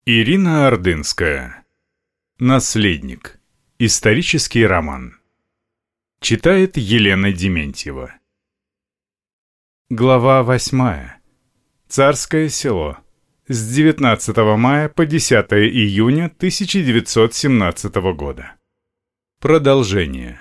Ирина Ордынская. Наследник. Исторический роман. Читает Елена Дементьева. Глава 8. Царское село. С 19 мая по 10 июня 1917 года. Продолжение.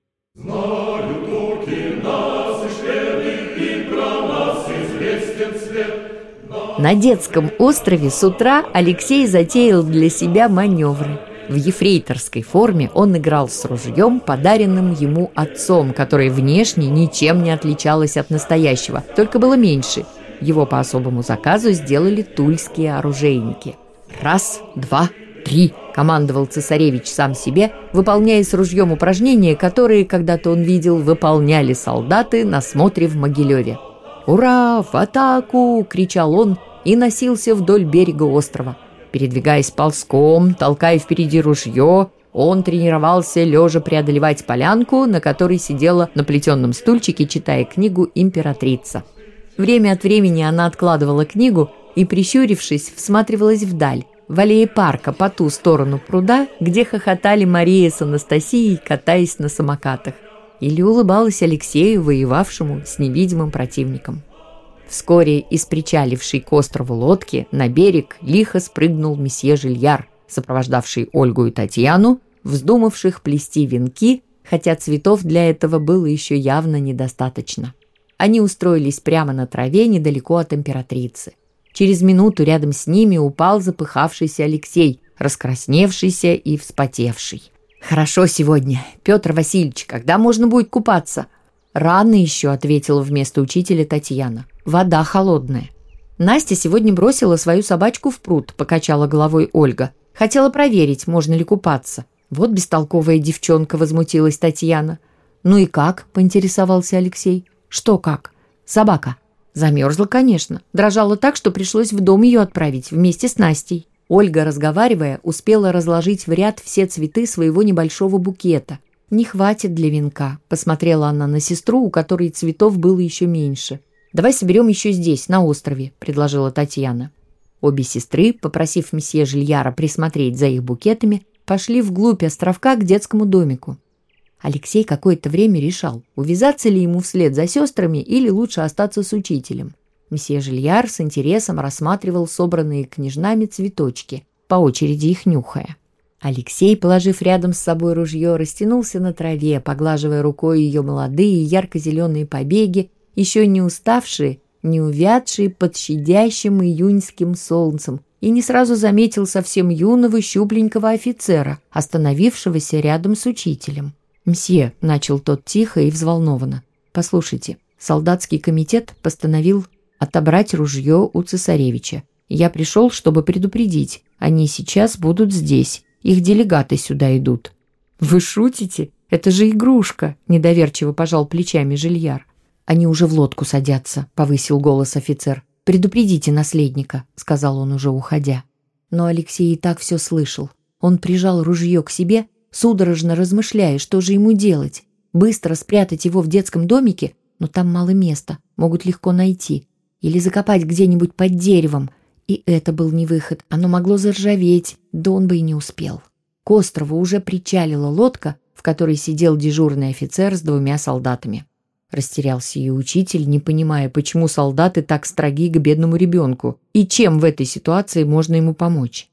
Знают турки нас и шведы, и про нас известен свет. На детском острове с утра Алексей затеял для себя маневры. В ефрейторской форме он играл с ружьем, подаренным ему отцом, которое внешне ничем не отличалось от настоящего, только было меньше. Его по особому заказу сделали тульские оружейники. «Раз, два, три!» – командовал цесаревич сам себе, выполняя с ружьем упражнения, которые когда-то он видел, выполняли солдаты на смотре в Могилеве. «Ура! В атаку!» – кричал он и носился вдоль берега острова. Передвигаясь ползком, толкая впереди ружье, он тренировался лежа преодолевать полянку, на которой сидела на плетеном стульчике, читая книгу «Императрица». Время от времени она откладывала книгу и, прищурившись, всматривалась вдаль, в аллее парка по ту сторону пруда, где хохотали Мария с Анастасией, катаясь на самокатах, или улыбалась Алексею, воевавшему с невидимым противником. Вскоре из причалившей к острову лодки на берег лихо спрыгнул месье Жильяр, сопровождавший Ольгу и Татьяну, вздумавших плести венки, хотя цветов для этого было еще явно недостаточно. Они устроились прямо на траве недалеко от императрицы. Через минуту рядом с ними упал запыхавшийся Алексей, раскрасневшийся и вспотевший. «Хорошо сегодня. Петр Васильевич, когда можно будет купаться?» «Рано еще», — ответила вместо учителя Татьяна. «Вода холодная». «Настя сегодня бросила свою собачку в пруд», — покачала головой Ольга. «Хотела проверить, можно ли купаться». «Вот бестолковая девчонка», — возмутилась Татьяна. «Ну и как?» — поинтересовался Алексей. «Что как?» «Собака». «Замерзла, конечно. Дрожала так, что пришлось в дом ее отправить вместе с Настей». Ольга, разговаривая, успела разложить в ряд все цветы своего небольшого букета. «Не хватит для венка», — посмотрела она на сестру, у которой цветов было еще меньше. «Давай соберем еще здесь, на острове», — предложила Татьяна. Обе сестры, попросив месье Жильяра присмотреть за их букетами, пошли вглубь островка к детскому домику. Алексей какое-то время решал, увязаться ли ему вслед за сестрами или лучше остаться с учителем. Месье Жильяр с интересом рассматривал собранные княжнами цветочки, по очереди их нюхая. Алексей, положив рядом с собой ружье, растянулся на траве, поглаживая рукой ее молодые ярко-зеленые побеги, еще не уставшие, не увядшие под щадящим июньским солнцем, и не сразу заметил совсем юного щупленького офицера, остановившегося рядом с учителем. «Мсье», — начал тот тихо и взволнованно, — «послушайте, солдатский комитет постановил отобрать ружье у цесаревича. Я пришел, чтобы предупредить, они сейчас будут здесь, их делегаты сюда идут». «Вы шутите? Это же игрушка», — недоверчиво пожал плечами Жильяр. «Они уже в лодку садятся», — повысил голос офицер. «Предупредите наследника», — сказал он уже уходя. Но Алексей и так все слышал. Он прижал ружье к себе, судорожно размышляя, что же ему делать. Быстро спрятать его в детском домике, но там мало места, могут легко найти. Или закопать где-нибудь под деревом. И это был не выход, оно могло заржаветь, да он бы и не успел. К острову уже причалила лодка, в которой сидел дежурный офицер с 2 солдатами. Растерялся и учитель, не понимая, почему солдаты так строги к бедному ребенку, и чем в этой ситуации можно ему помочь.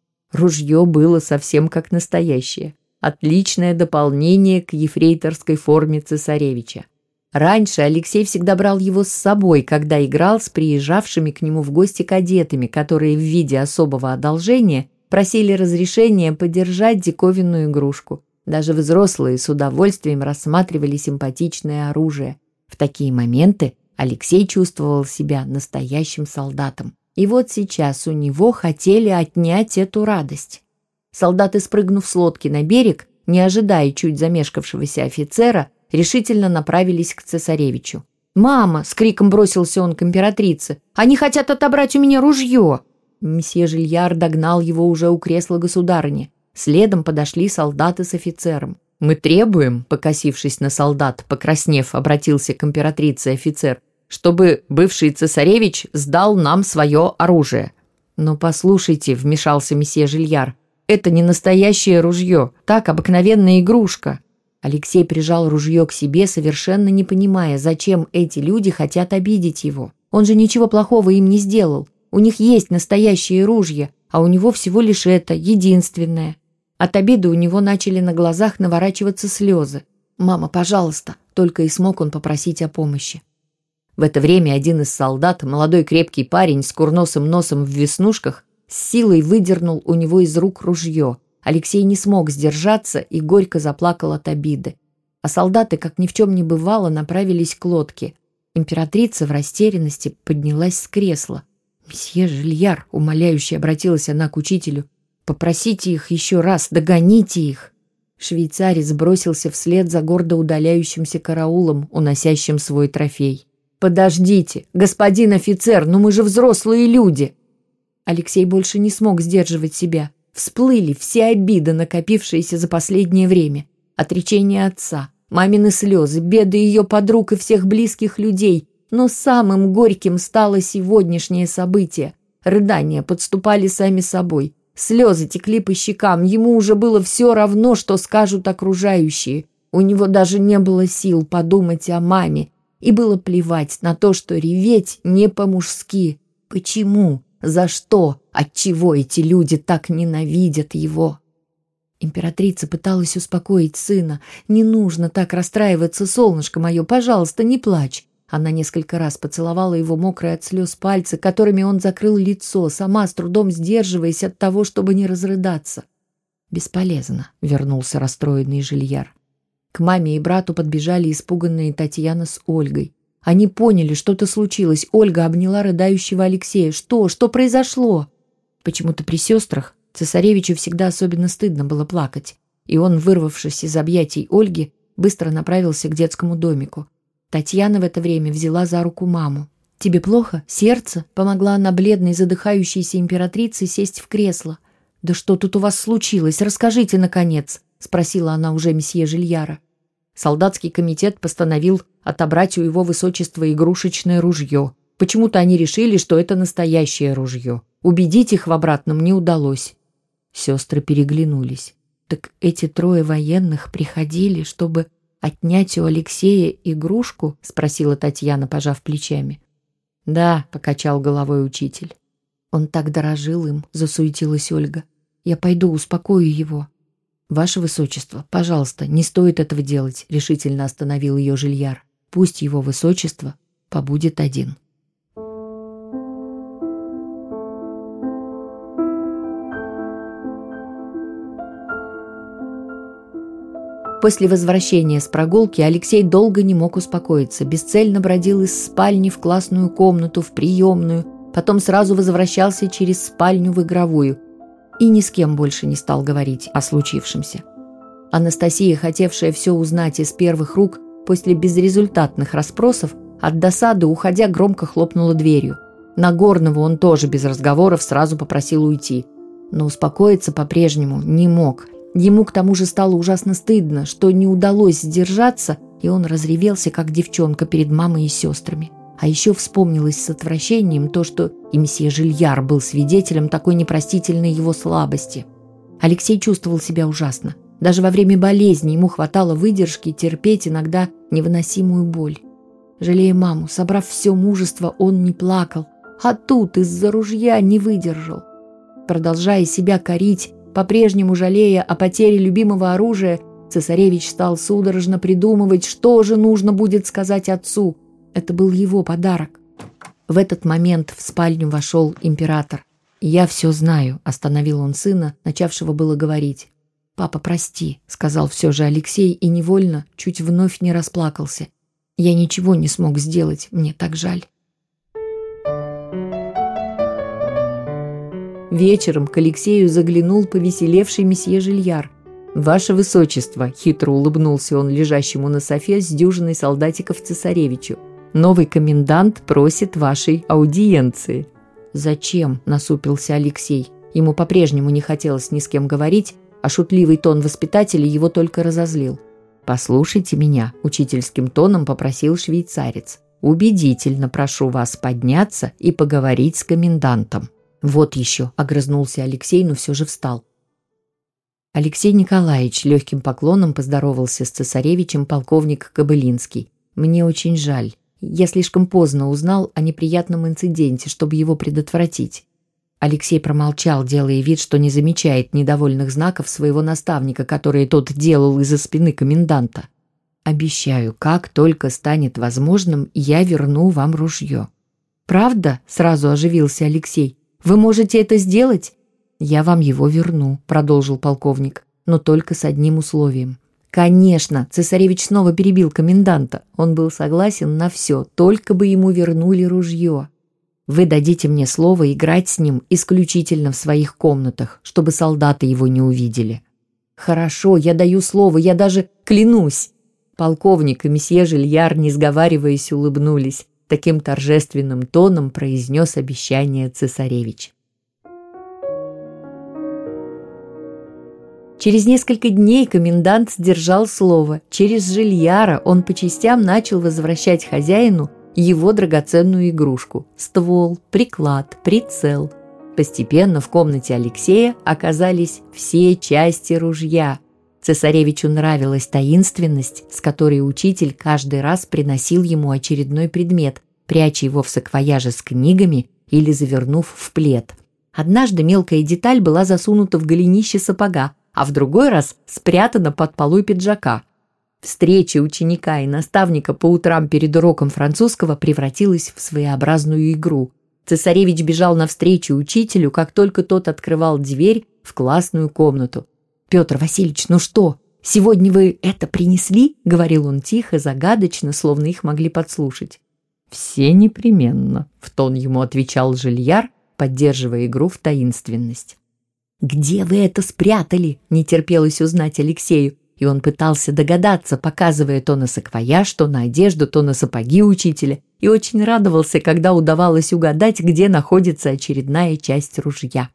Ружье было совсем как настоящее. Отличное дополнение к ефрейторской форме цесаревича. Раньше Алексей всегда брал его с собой, когда играл с приезжавшими к нему в гости кадетами, которые в виде особого одолжения просили разрешения подержать диковинную игрушку. Даже взрослые с удовольствием рассматривали симпатичное оружие. В такие моменты Алексей чувствовал себя настоящим солдатом. И вот сейчас у него хотели отнять эту радость. Солдаты, спрыгнув с лодки на берег, не ожидая чуть замешкавшегося офицера, решительно направились к цесаревичу. «Мама!» — с криком бросился он к императрице. «Они хотят отобрать у меня ружье!» Месье Жильяр догнал его уже у кресла государыни. Следом подошли солдаты с офицером. «Мы требуем», — покосившись на солдат, покраснев, обратился к императрице офицер, «чтобы бывший цесаревич сдал нам свое оружие». «Но послушайте», — вмешался месье Жильяр, — «это не настоящее ружье, так, обыкновенная игрушка». Алексей прижал ружье к себе, совершенно не понимая, зачем эти люди хотят обидеть его. Он же ничего плохого им не сделал. У них есть настоящие ружья, а у него всего лишь это, единственное. От обиды у него начали на глазах наворачиваться слезы. «Мама, пожалуйста», — только и смог он попросить о помощи. В это время один из солдат, молодой крепкий парень с курносым носом в веснушках, с силой выдернул у него из рук ружье. Алексей не смог сдержаться и горько заплакал от обиды. А солдаты, как ни в чем не бывало, направились к лодке. Императрица в растерянности поднялась с кресла. «Месье Жильяр», — умоляюще обратилась она к учителю, — «попросите их еще раз, догоните их». Швейцарец бросился вслед за гордо удаляющимся караулом, уносящим свой трофей. «Подождите, господин офицер, ну мы же взрослые люди!» Алексей больше не смог сдерживать себя. Всплыли все обиды, накопившиеся за последнее время. Отречение отца, мамины слезы, беды ее подруг и всех близких людей. Но самым горьким стало сегодняшнее событие. Рыдания подступали сами собой. Слезы текли по щекам. Ему уже было все равно, что скажут окружающие. У него даже не было сил подумать о маме. И было плевать на то, что реветь не по-мужски. Почему? За что? Отчего эти люди так ненавидят его? Императрица пыталась успокоить сына. «Не нужно так расстраиваться, солнышко мое, пожалуйста, не плачь». Она несколько раз поцеловала его мокрые от слез пальцы, которыми он закрыл лицо, сама с трудом сдерживаясь от того, чтобы не разрыдаться. «Бесполезно», — вернулся расстроенный Жильяр. К маме и брату подбежали испуганные Татьяна с Ольгой. Они поняли, что-то случилось. Ольга обняла рыдающего Алексея. Что произошло? Почему-то при сестрах цесаревичу всегда особенно стыдно было плакать. И он, вырвавшись из объятий Ольги, быстро направился к детскому домику. Татьяна в это время взяла за руку маму. «Тебе плохо? Сердце?» — помогла она бледной, задыхающейся императрице сесть в кресло. «Да что тут у вас случилось? Расскажите, наконец!» — спросила она уже месье Жильяра. Солдатский комитет постановил отобрать у его высочества игрушечное ружье. Почему-то они решили, что это настоящее ружье. Убедить их в обратном не удалось. Сестры переглянулись. «Так эти трое военных приходили, чтобы отнять у Алексея игрушку?» — спросила Татьяна, пожав плечами. «Да», — покачал головой учитель. «Он так дорожил им», — засуетилась Ольга. «Я пойду успокою его». «Ваше высочество, пожалуйста, не стоит этого делать», — решительно остановил ее Жильяр. «Пусть его высочество побудет один». После возвращения с прогулки Алексей долго не мог успокоиться, бесцельно бродил из спальни в классную комнату, в приемную, потом сразу возвращался через спальню в игровую и ни с кем больше не стал говорить о случившемся. Анастасия, хотевшая все узнать из первых рук, после безрезультатных расспросов, от досады, уходя, громко хлопнула дверью. Нагорного он тоже без разговоров сразу попросил уйти, но успокоиться по-прежнему не мог. Ему к тому же стало ужасно стыдно, что не удалось сдержаться, и он разревелся, как девчонка, перед мамой и сестрами. А еще вспомнилось с отвращением то, что и месье Жильяр был свидетелем такой непростительной его слабости. Алексей чувствовал себя ужасно. Даже во время болезни ему хватало выдержки терпеть иногда невыносимую боль. Жалея маму, собрав все мужество, он не плакал, а тут из-за ружья не выдержал. Продолжая себя корить, по-прежнему жалея о потере любимого оружия, цесаревич стал судорожно придумывать, что же нужно будет сказать отцу. Это был его подарок. В этот момент в спальню вошел император. «Я все знаю», — остановил он сына, начавшего было говорить. «Папа, прости», — сказал все же Алексей и невольно чуть вновь не расплакался. «Я ничего не смог сделать, мне так жаль». Вечером к Алексею заглянул повеселевший месье Жильяр. «Ваше высочество», — хитро улыбнулся он лежащему на софе с дюжиной солдатиков цесаревичу, «новый комендант просит вашей аудиенции». «Зачем?» — насупился Алексей. Ему по-прежнему не хотелось ни с кем говорить, а шутливый тон воспитателя его только разозлил. «Послушайте меня», — учительским тоном попросил швейцарец. «Убедительно прошу вас подняться и поговорить с комендантом». «Вот еще», — огрызнулся Алексей, но все же встал. «Алексей Николаевич», — легким поклоном поздоровался с цесаревичем полковник Кобылинский. «Мне очень жаль. Я слишком поздно узнал о неприятном инциденте, чтобы его предотвратить». Алексей промолчал, делая вид, что не замечает недовольных знаков своего наставника, которые тот делал из-за спины коменданта. «Обещаю, как только станет возможным, я верну вам ружье». «Правда?» – сразу оживился Алексей. «Вы можете это сделать?» «Я вам его верну», – продолжил полковник, «но только с одним условием». «Конечно!» – цесаревич снова перебил коменданта. Он был согласен на все, только бы ему вернули ружье. «Вы дадите мне слово играть с ним исключительно в своих комнатах, чтобы солдаты его не увидели». «Хорошо, я даю слово, я даже клянусь!» Полковник и месье Жильяр, не сговариваясь, улыбнулись. Таким торжественным тоном произнес обещание цесаревич. Через несколько дней комендант сдержал слово. Через Жильяра он по частям начал возвращать хозяину его драгоценную игрушку – ствол, приклад, прицел. Постепенно в комнате Алексея оказались все части ружья. Цесаревичу нравилась таинственность, с которой учитель каждый раз приносил ему очередной предмет, пряча его в саквояже с книгами или завернув в плед. Однажды мелкая деталь была засунута в голенище сапога, а в другой раз спрятана под полой пиджака. Встреча ученика и наставника по утрам перед уроком французского превратилась в своеобразную игру. Цесаревич бежал навстречу учителю, как только тот открывал дверь в классную комнату. «Петр Васильевич, ну что, сегодня вы это принесли?» — говорил он тихо, загадочно, словно их могли подслушать. «Все непременно», — в тон ему отвечал Жильяр, поддерживая игру в таинственность. «Где вы это спрятали?» — не терпелось узнать Алексею, и он пытался догадаться, показывая то на саквояж, то на одежду, то на сапоги учителя, и очень радовался, когда удавалось угадать, где находится очередная часть ружья.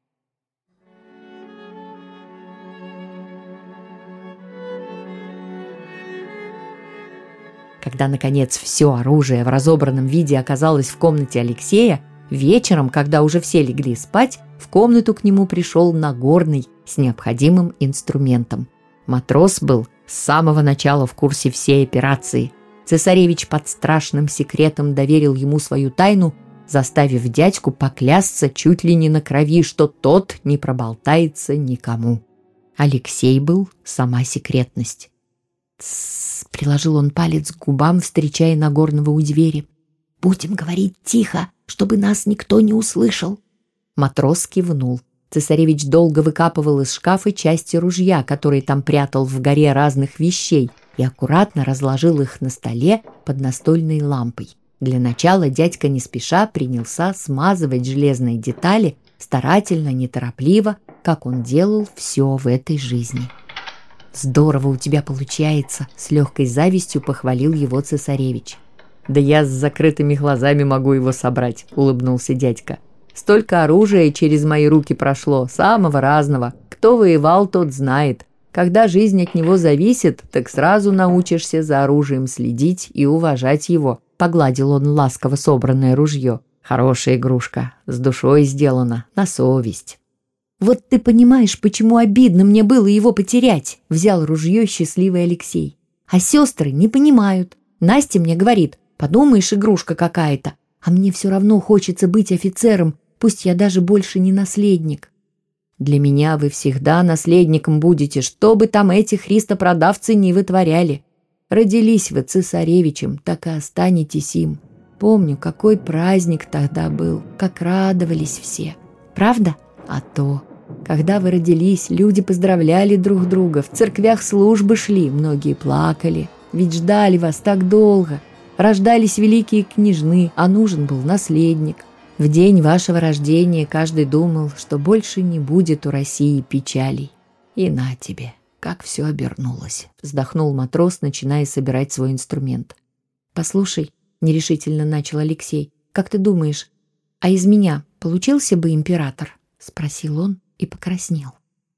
Когда, наконец, все оружие в разобранном виде оказалось в комнате Алексея, вечером, когда уже все легли спать, в комнату к нему пришел Нагорный с необходимым инструментом. Матрос был с самого начала в курсе всей операции. Цесаревич под страшным секретом доверил ему свою тайну, заставив дядьку поклясться чуть ли не на крови, что тот не проболтается никому. Алексей был сама секретность. «Тссс», — приложил он палец к губам, встречая Нагорного у двери. «Будем говорить тихо, чтобы нас никто не услышал». Матрос кивнул. Цесаревич долго выкапывал из шкафа части ружья, которые там прятал в горе разных вещей, и аккуратно разложил их на столе под настольной лампой. Для начала дядька не спеша принялся смазывать железные детали, старательно, неторопливо, как он делал все в этой жизни. «Здорово у тебя получается», — с легкой завистью похвалил его цесаревич. «Да я с закрытыми глазами могу его собрать», — улыбнулся дядька. «Столько оружия через мои руки прошло, самого разного. Кто воевал, тот знает. Когда жизнь от него зависит, так сразу научишься за оружием следить и уважать его», — погладил он ласково собранное ружье. «Хорошая игрушка, с душой сделана, на совесть». «Вот ты понимаешь, почему обидно мне было его потерять», — взял ружье счастливый Алексей. «А сестры не понимают. Настя мне говорит, подумаешь, игрушка какая-то. А мне все равно хочется быть офицером, пусть я даже больше не наследник». «Для меня вы всегда наследником будете, что бы там эти христопродавцы не вытворяли. Родились вы цесаревичем, так и останетесь им. Помню, какой праздник тогда был, как радовались все. Правда? А то, когда вы родились, люди поздравляли друг друга, в церквях службы шли, многие плакали, ведь ждали вас так долго. Рождались великие княжны, а нужен был наследник. В день вашего рождения каждый думал, что больше не будет у России печалей. И на тебе, как все обернулось», — вздохнул матрос, начиная собирать свой инструмент. «Послушай», — нерешительно начал Алексей, — «как ты думаешь, а из меня получился бы император?» — спросил он и покраснел.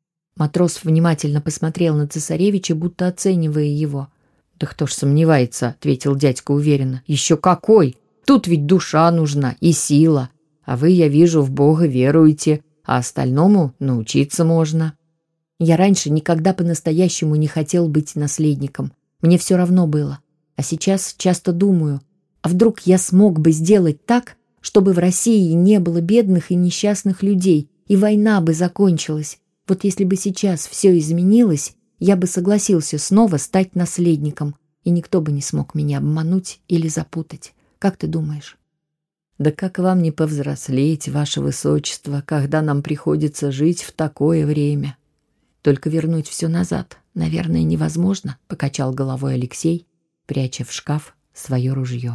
Матрос внимательно посмотрел на цесаревича, будто оценивая его. «Да кто ж сомневается», — ответил дядька уверенно. «Еще какой! Тут ведь душа нужна и сила. А вы, я вижу, в Бога веруете, а остальному научиться можно. Я раньше никогда по-настоящему не хотел быть наследником. Мне все равно было. А сейчас часто думаю, а вдруг я смог бы сделать так, чтобы в России не было бедных и несчастных людей, и война бы закончилась. Вот если бы сейчас все изменилось, я бы согласился снова стать наследником, и никто бы не смог меня обмануть или запутать. Как ты думаешь? Да как вам не повзрослеть, ваше высочество, когда нам приходится жить в такое время? Только вернуть все назад, наверное, невозможно, покачал головой Алексей, пряча в шкаф свое ружье.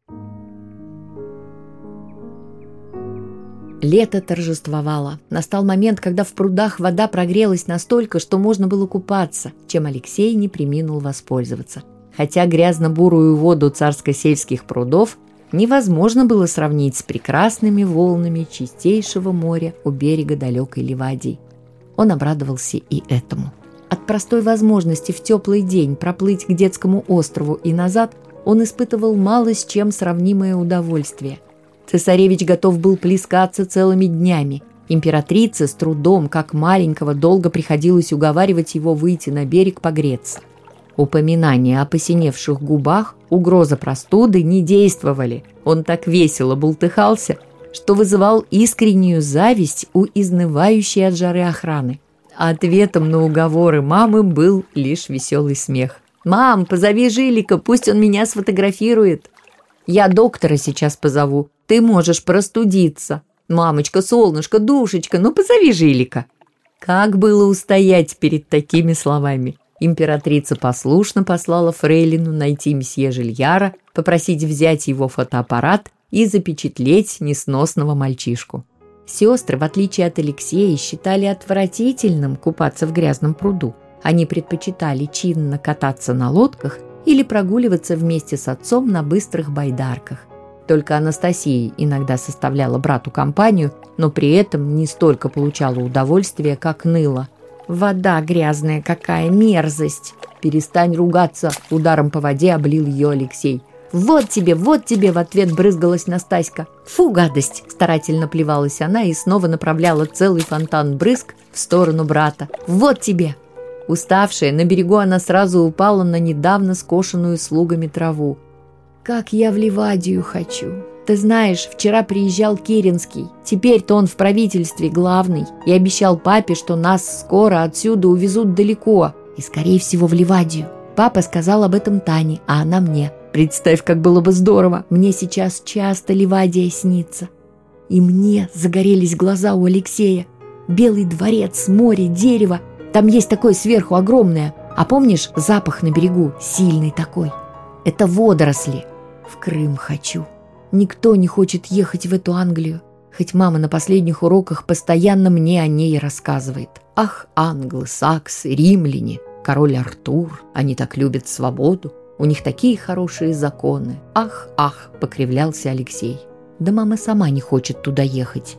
Лето торжествовало. Настал момент, когда в прудах вода прогрелась настолько, что можно было купаться, чем Алексей не преминул воспользоваться. Хотя грязно-бурую воду царско-сельских прудов невозможно было сравнить с прекрасными волнами чистейшего моря у берега далекой Ливадии. Он обрадовался и этому. От простой возможности в теплый день проплыть к детскому острову и назад он испытывал мало с чем сравнимое удовольствие. Цесаревич готов был плескаться целыми днями. Императрице с трудом, как маленького, долго приходилось уговаривать его выйти на берег погреться. Упоминания о посиневших губах, угроза простуды не действовали. Он так весело бултыхался, что вызывал искреннюю зависть у изнывающей от жары охраны. А ответом на уговоры мамы был лишь веселый смех. «Мам, позови Жилика, пусть он меня сфотографирует». «Я доктора сейчас позову, ты можешь простудиться». «Мамочка, солнышко, душечка, ну позови Жилика». Как было устоять перед такими словами? Императрица послушно послала фрейлину найти месье Жильяра, попросить взять его фотоаппарат и запечатлеть несносного мальчишку. Сестры, в отличие от Алексея, считали отвратительным купаться в грязном пруду. Они предпочитали чинно кататься на лодках или прогуливаться вместе с отцом на быстрых байдарках. Только Анастасия иногда составляла брату компанию, но при этом не столько получала удовольствия, как ныла. «Вода грязная, какая мерзость!» «Перестань ругаться!» — ударом по воде облил ее Алексей. Вот тебе!» — в ответ брызгалась Настаська. «Фу, гадость!» — старательно плевалась она и снова направляла целый фонтан брызг в сторону брата. «Вот тебе!» Уставшая, на берегу она сразу упала на недавно скошенную слугами траву. «Как я в Ливадию хочу! Ты знаешь, вчера приезжал Керенский. Теперь-то он в правительстве главный и обещал папе, что нас скоро отсюда увезут далеко и, скорее всего, в Ливадию. Папа сказал об этом Тане, а она мне. Представь, как было бы здорово! Мне сейчас часто Ливадия снится». И мне загорелись глаза у Алексея. Белый дворец, море, дерево. Там есть такое сверху огромное. А помнишь, запах на берегу сильный такой? Это водоросли. В Крым хочу. Никто не хочет ехать в эту Англию, хоть мама на последних уроках постоянно мне о ней рассказывает. Ах, англы, саксы, римляне, король Артур, они так любят свободу, у них такие хорошие законы. Ах, ах, покривлялся Алексей. Да мама сама не хочет туда ехать.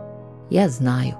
Я знаю.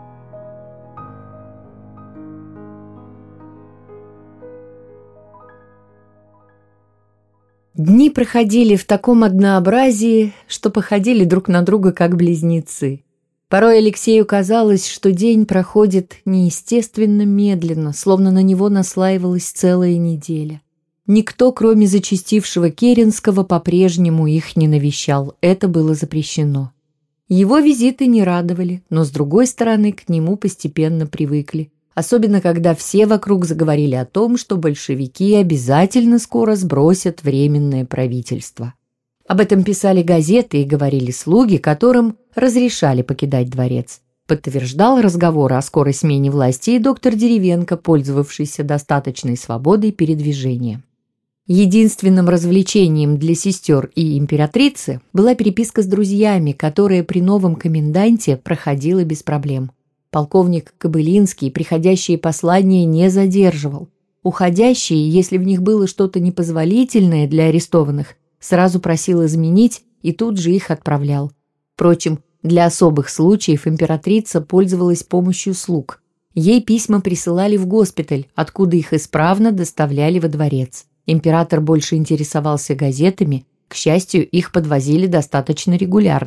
Дни проходили в таком однообразии, что походили друг на друга как близнецы. Порой Алексею казалось, что день проходит неестественно медленно, словно на него наслаивалась целая неделя. Никто, кроме зачастившего Керенского, по-прежнему их не навещал, это было запрещено. Его визиты не радовали, но, с другой стороны, к нему постепенно привыкли. Особенно, когда все вокруг заговорили о том, что большевики обязательно скоро сбросят временное правительство. Об этом писали газеты и говорили слуги, которым разрешали покидать дворец. Подтверждал разговоры о скорой смене власти и доктор Деревенко, пользовавшийся достаточной свободой передвижения. Единственным развлечением для сестер и императрицы была переписка с друзьями, которая при новом коменданте проходила без проблем. Полковник Кобылинский приходящие послания не задерживал. Уходящие, если в них было что-то непозволительное для арестованных, сразу просил изменить и тут же их отправлял. Впрочем, для особых случаев императрица пользовалась помощью слуг. Ей письма присылали в госпиталь, откуда их исправно доставляли во дворец. Император больше интересовался газетами, к счастью, их подвозили достаточно регулярно.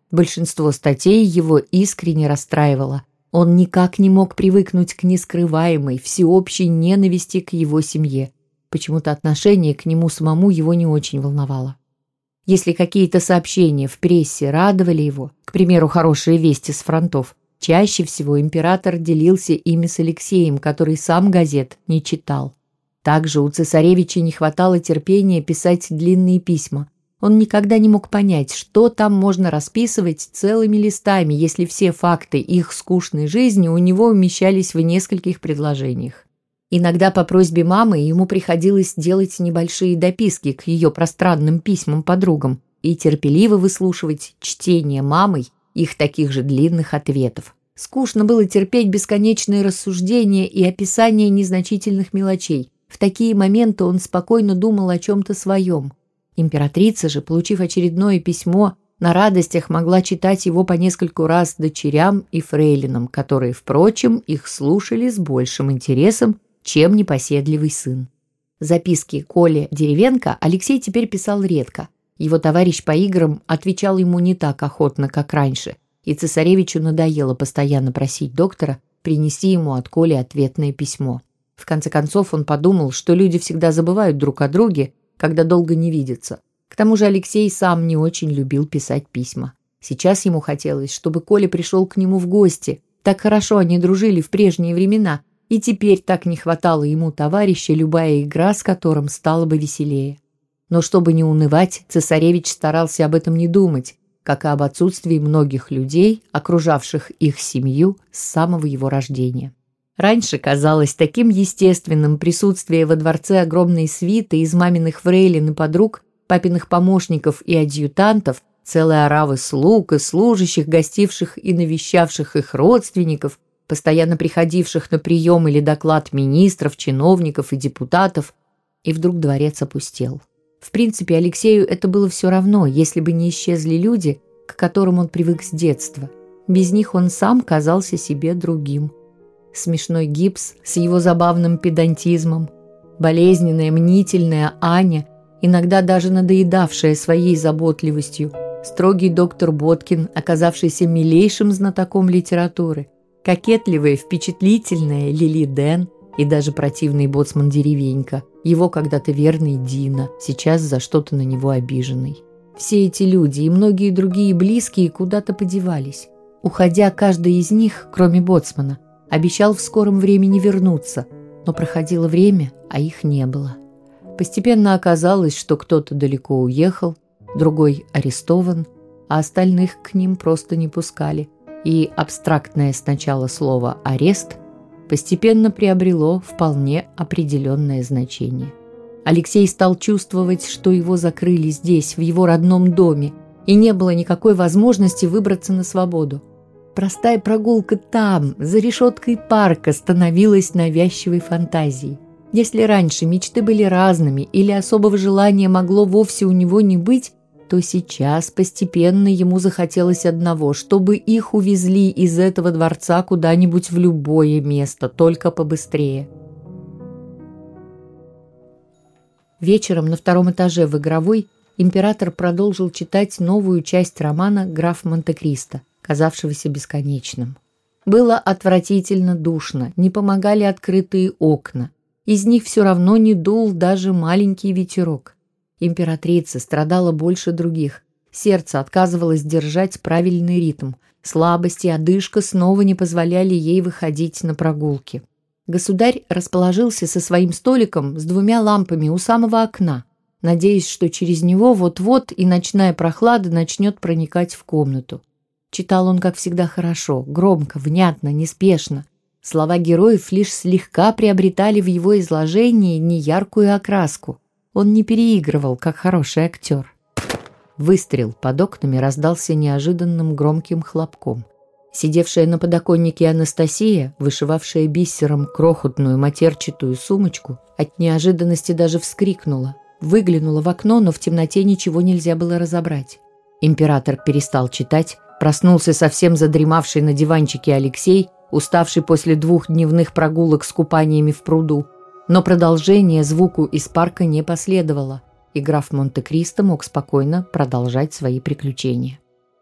Большинство статей его искренне расстраивало. Он никак не мог привыкнуть к нескрываемой, всеобщей ненависти к его семье. Почему-то отношение к нему самому его не очень волновало. Если какие-то сообщения в прессе радовали его, к примеру, хорошие вести с фронтов, чаще всего император делился ими с Алексеем, который сам газет не читал. Также у цесаревича не хватало терпения писать длинные письма. Он никогда не мог понять, что там можно расписывать целыми листами, если все факты их скучной жизни у него умещались в нескольких предложениях. Иногда по просьбе мамы ему приходилось делать небольшие дописки к ее пространным письмам подругам и терпеливо выслушивать чтение мамой их таких же длинных ответов. Скучно было терпеть бесконечные рассуждения и описание незначительных мелочей. В такие моменты он спокойно думал о чем-то своем. Императрица же, получив очередное письмо, на радостях могла читать его по нескольку раз дочерям и фрейлинам, которые, впрочем, их слушали с большим интересом, чем непоседливый сын. Записки Коле Деревенко Алексей теперь писал редко. Его товарищ по играм отвечал ему не так охотно, как раньше, и цесаревичу надоело постоянно просить доктора принести ему от Коли ответное письмо. В конце концов он подумал, что люди всегда забывают друг о друге, когда долго не видятся. К тому же Алексей сам не очень любил писать письма. Сейчас ему хотелось, чтобы Коля пришел к нему в гости. Так хорошо они дружили в прежние времена, и теперь так не хватало ему товарища, любая игра с которым стала бы веселее. Но чтобы не унывать, цесаревич старался об этом не думать, как и об отсутствии многих людей, окружавших их семью с самого его рождения. Раньше казалось таким естественным присутствие во дворце огромной свиты из маминых фрейлин и подруг, папиных помощников и адъютантов, целой оравы слуг и служащих, гостивших и навещавших их родственников, постоянно приходивших на прием или доклад министров, чиновников и депутатов, и вдруг дворец опустел. В принципе, Алексею это было все равно, если бы не исчезли люди, к которым он привык с детства. Без них он сам казался себе другим. Смешной Гипс с его забавным педантизмом, болезненная, мнительная Аня, иногда даже надоедавшая своей заботливостью, строгий доктор Боткин, оказавшийся милейшим знатоком литературы, кокетливая, впечатлительная Лили Ден и даже противный боцман Деревенька, его когда-то верный Дина, сейчас за что-то на него обиженный. Все эти люди и многие другие близкие куда-то подевались. Уходя, каждый из них, кроме боцмана, обещал в скором времени вернуться, но проходило время, а их не было. Постепенно оказалось, что кто-то далеко уехал, другой арестован, а остальных к ним просто не пускали, и абстрактное сначала слово «арест» постепенно приобрело вполне определенное значение. Алексей стал чувствовать, что его закрыли здесь, в его родном доме, и не было никакой возможности выбраться на свободу. Простая прогулка там, за решеткой парка, становилась навязчивой фантазией. Если раньше мечты были разными или особого желания могло вовсе у него не быть, то сейчас постепенно ему захотелось одного, чтобы их увезли из этого дворца куда-нибудь в любое место, только побыстрее. Вечером на втором этаже в игровой император продолжил читать новую часть романа «Граф Монте-Кристо», казавшегося бесконечным. Было отвратительно душно, не помогали открытые окна. Из них все равно не дул даже маленький ветерок. Императрица страдала больше других. Сердце отказывалось держать правильный ритм. Слабость и одышка снова не позволяли ей выходить на прогулки. Государь расположился со своим столиком с 2 лампами у самого окна, надеясь, что через него вот-вот и ночная прохлада начнет проникать в комнату. Читал он, как всегда, хорошо, громко, внятно, неспешно. Слова героев лишь слегка приобретали в его изложении неяркую окраску. Он не переигрывал, как хороший актер. Выстрел под окнами раздался неожиданным громким хлопком. Сидевшая на подоконнике Анастасия, вышивавшая бисером крохотную матерчатую сумочку, от неожиданности даже вскрикнула. Выглянула в окно, но в темноте ничего нельзя было разобрать. Император перестал читать, проснулся совсем задремавший на диванчике Алексей, уставший после 2-дневных прогулок с купаниями в пруду. Но продолжение звуку из парка не последовало, и граф Монте-Кристо мог спокойно продолжать свои приключения.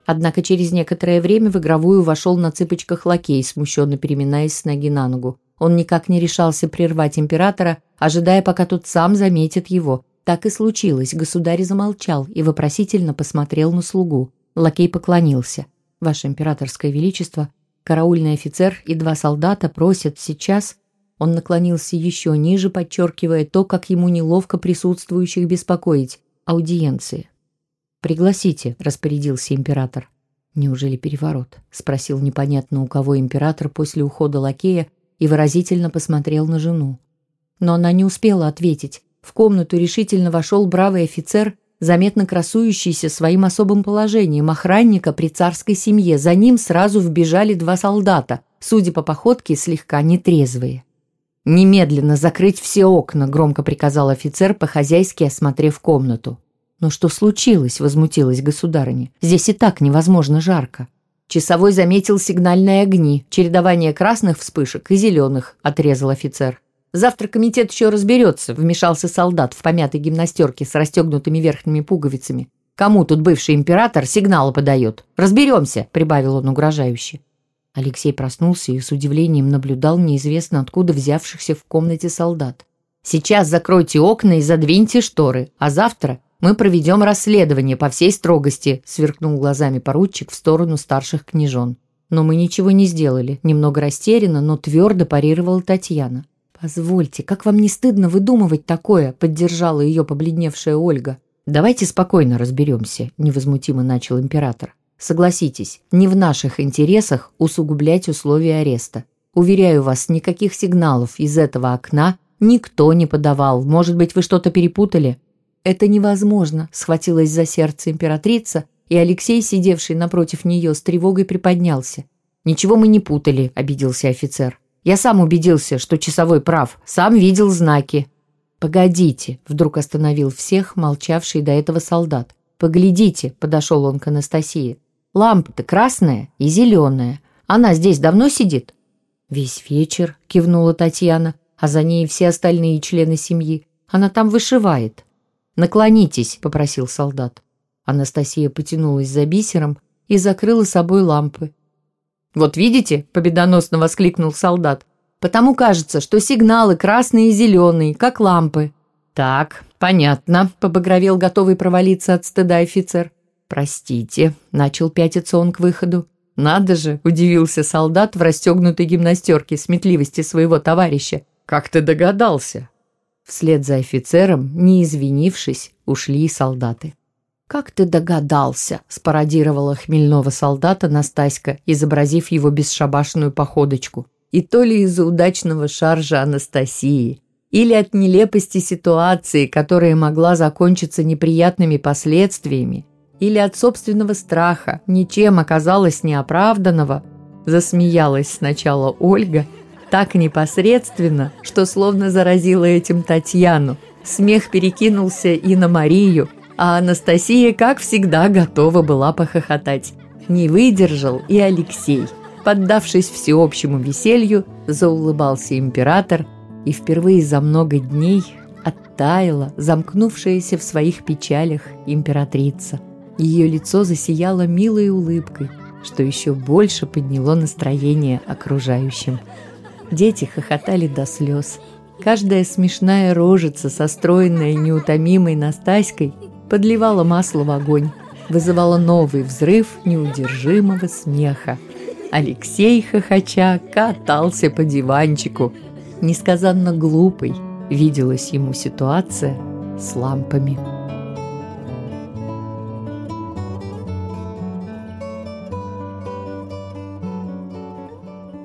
Однако через некоторое время в игровую вошел на цыпочках лакей, смущенно переминаясь с ноги на ногу. Он никак не решался прервать императора, ожидая, пока тот сам заметит его. Так и случилось. Государь замолчал и вопросительно посмотрел на слугу. Лакей поклонился. «Ваше императорское величество, караульный офицер и 2 солдата просят сейчас...» Он наклонился еще ниже, подчеркивая то, как ему неловко присутствующих беспокоить. «Аудиенции». «Пригласите», — распорядился император. «Неужели переворот?» — спросил непонятно у кого император после ухода лакея и выразительно посмотрел на жену. Но она не успела ответить. В комнату решительно вошел бравый офицер, заметно красующийся своим особым положением охранника при царской семье. За ним сразу вбежали 2 солдата, судя по походке, слегка нетрезвые. «Немедленно закрыть все окна», — громко приказал офицер, по-хозяйски осмотрев комнату. «Но что случилось?» — возмутилась государыня. «Здесь и так невозможно жарко». «Часовой заметил сигнальные огни, чередование красных вспышек и зеленых», — отрезал офицер. «Завтра комитет еще разберется», — вмешался солдат в помятой гимнастерке с расстегнутыми верхними пуговицами. «Кому тут бывший император сигналы подает? Разберемся», — прибавил он угрожающе. Алексей проснулся и с удивлением наблюдал неизвестно откуда взявшихся в комнате солдат. «Сейчас закройте окна и задвиньте шторы, а завтра мы проведем расследование по всей строгости», — сверкнул глазами поручик в сторону старших княжон. «Но мы ничего не сделали», — немного растерянно, но твердо парировала Татьяна. «Позвольте, как вам не стыдно выдумывать такое?» — поддержала ее побледневшая Ольга. «Давайте спокойно разберемся», — невозмутимо начал император. «Согласитесь, не в наших интересах усугублять условия ареста. Уверяю вас, никаких сигналов из этого окна никто не подавал. Может быть, вы что-то перепутали?» «Это невозможно», — схватилась за сердце императрица, и Алексей, сидевший напротив нее, с тревогой приподнялся. «Ничего мы не путали», — обиделся офицер. «Я сам убедился, что часовой прав, сам видел знаки». «Погодите», — вдруг остановил всех, молчавший до этого солдат. «Поглядите», — подошел он к Анастасии. «Лампа-то красная и зеленая. Она здесь давно сидит?» «Весь вечер», — кивнула Татьяна, а за ней все остальные члены семьи. «Она там вышивает». «Наклонитесь», — попросил солдат. Анастасия потянулась за бисером и закрыла собой лампы. «Вот видите», — победоносно воскликнул солдат, «потому кажется, что сигналы красные и зеленые, как лампы». «Так, понятно», — побагровел готовый провалиться от стыда офицер. «Простите», — начал пятиться он к выходу. «Надо же», — удивился солдат в расстегнутой гимнастерке сметливости своего товарища. «Как ты догадался?» Вслед за офицером, не извинившись, ушли и солдаты. «Как ты догадался?» – спародировала хмельного солдата Настаська, изобразив его бесшабашную походочку. И то ли из-за удачного шаржа Анастасии, или от нелепости ситуации, которая могла закончиться неприятными последствиями, или от собственного страха, ничем оказалось неоправданного, засмеялась сначала Ольга, так непосредственно, что словно заразила этим Татьяну. Смех перекинулся и на Марию, а Анастасия, как всегда, готова была похохотать. Не выдержал и Алексей. Поддавшись всеобщему веселью, заулыбался император, и впервые за много дней оттаяла замкнувшаяся в своих печалях императрица. Ее лицо засияло милой улыбкой, что еще больше подняло настроение окружающим. Дети хохотали до слез. Каждая смешная рожица, состроенная неутомимой Настаськой, подливала масло в огонь, вызывала новый взрыв неудержимого смеха. Алексей, хохоча, катался по диванчику. Несказанно глупой виделась ему ситуация с лампами.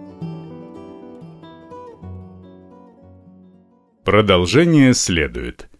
Продолжение следует.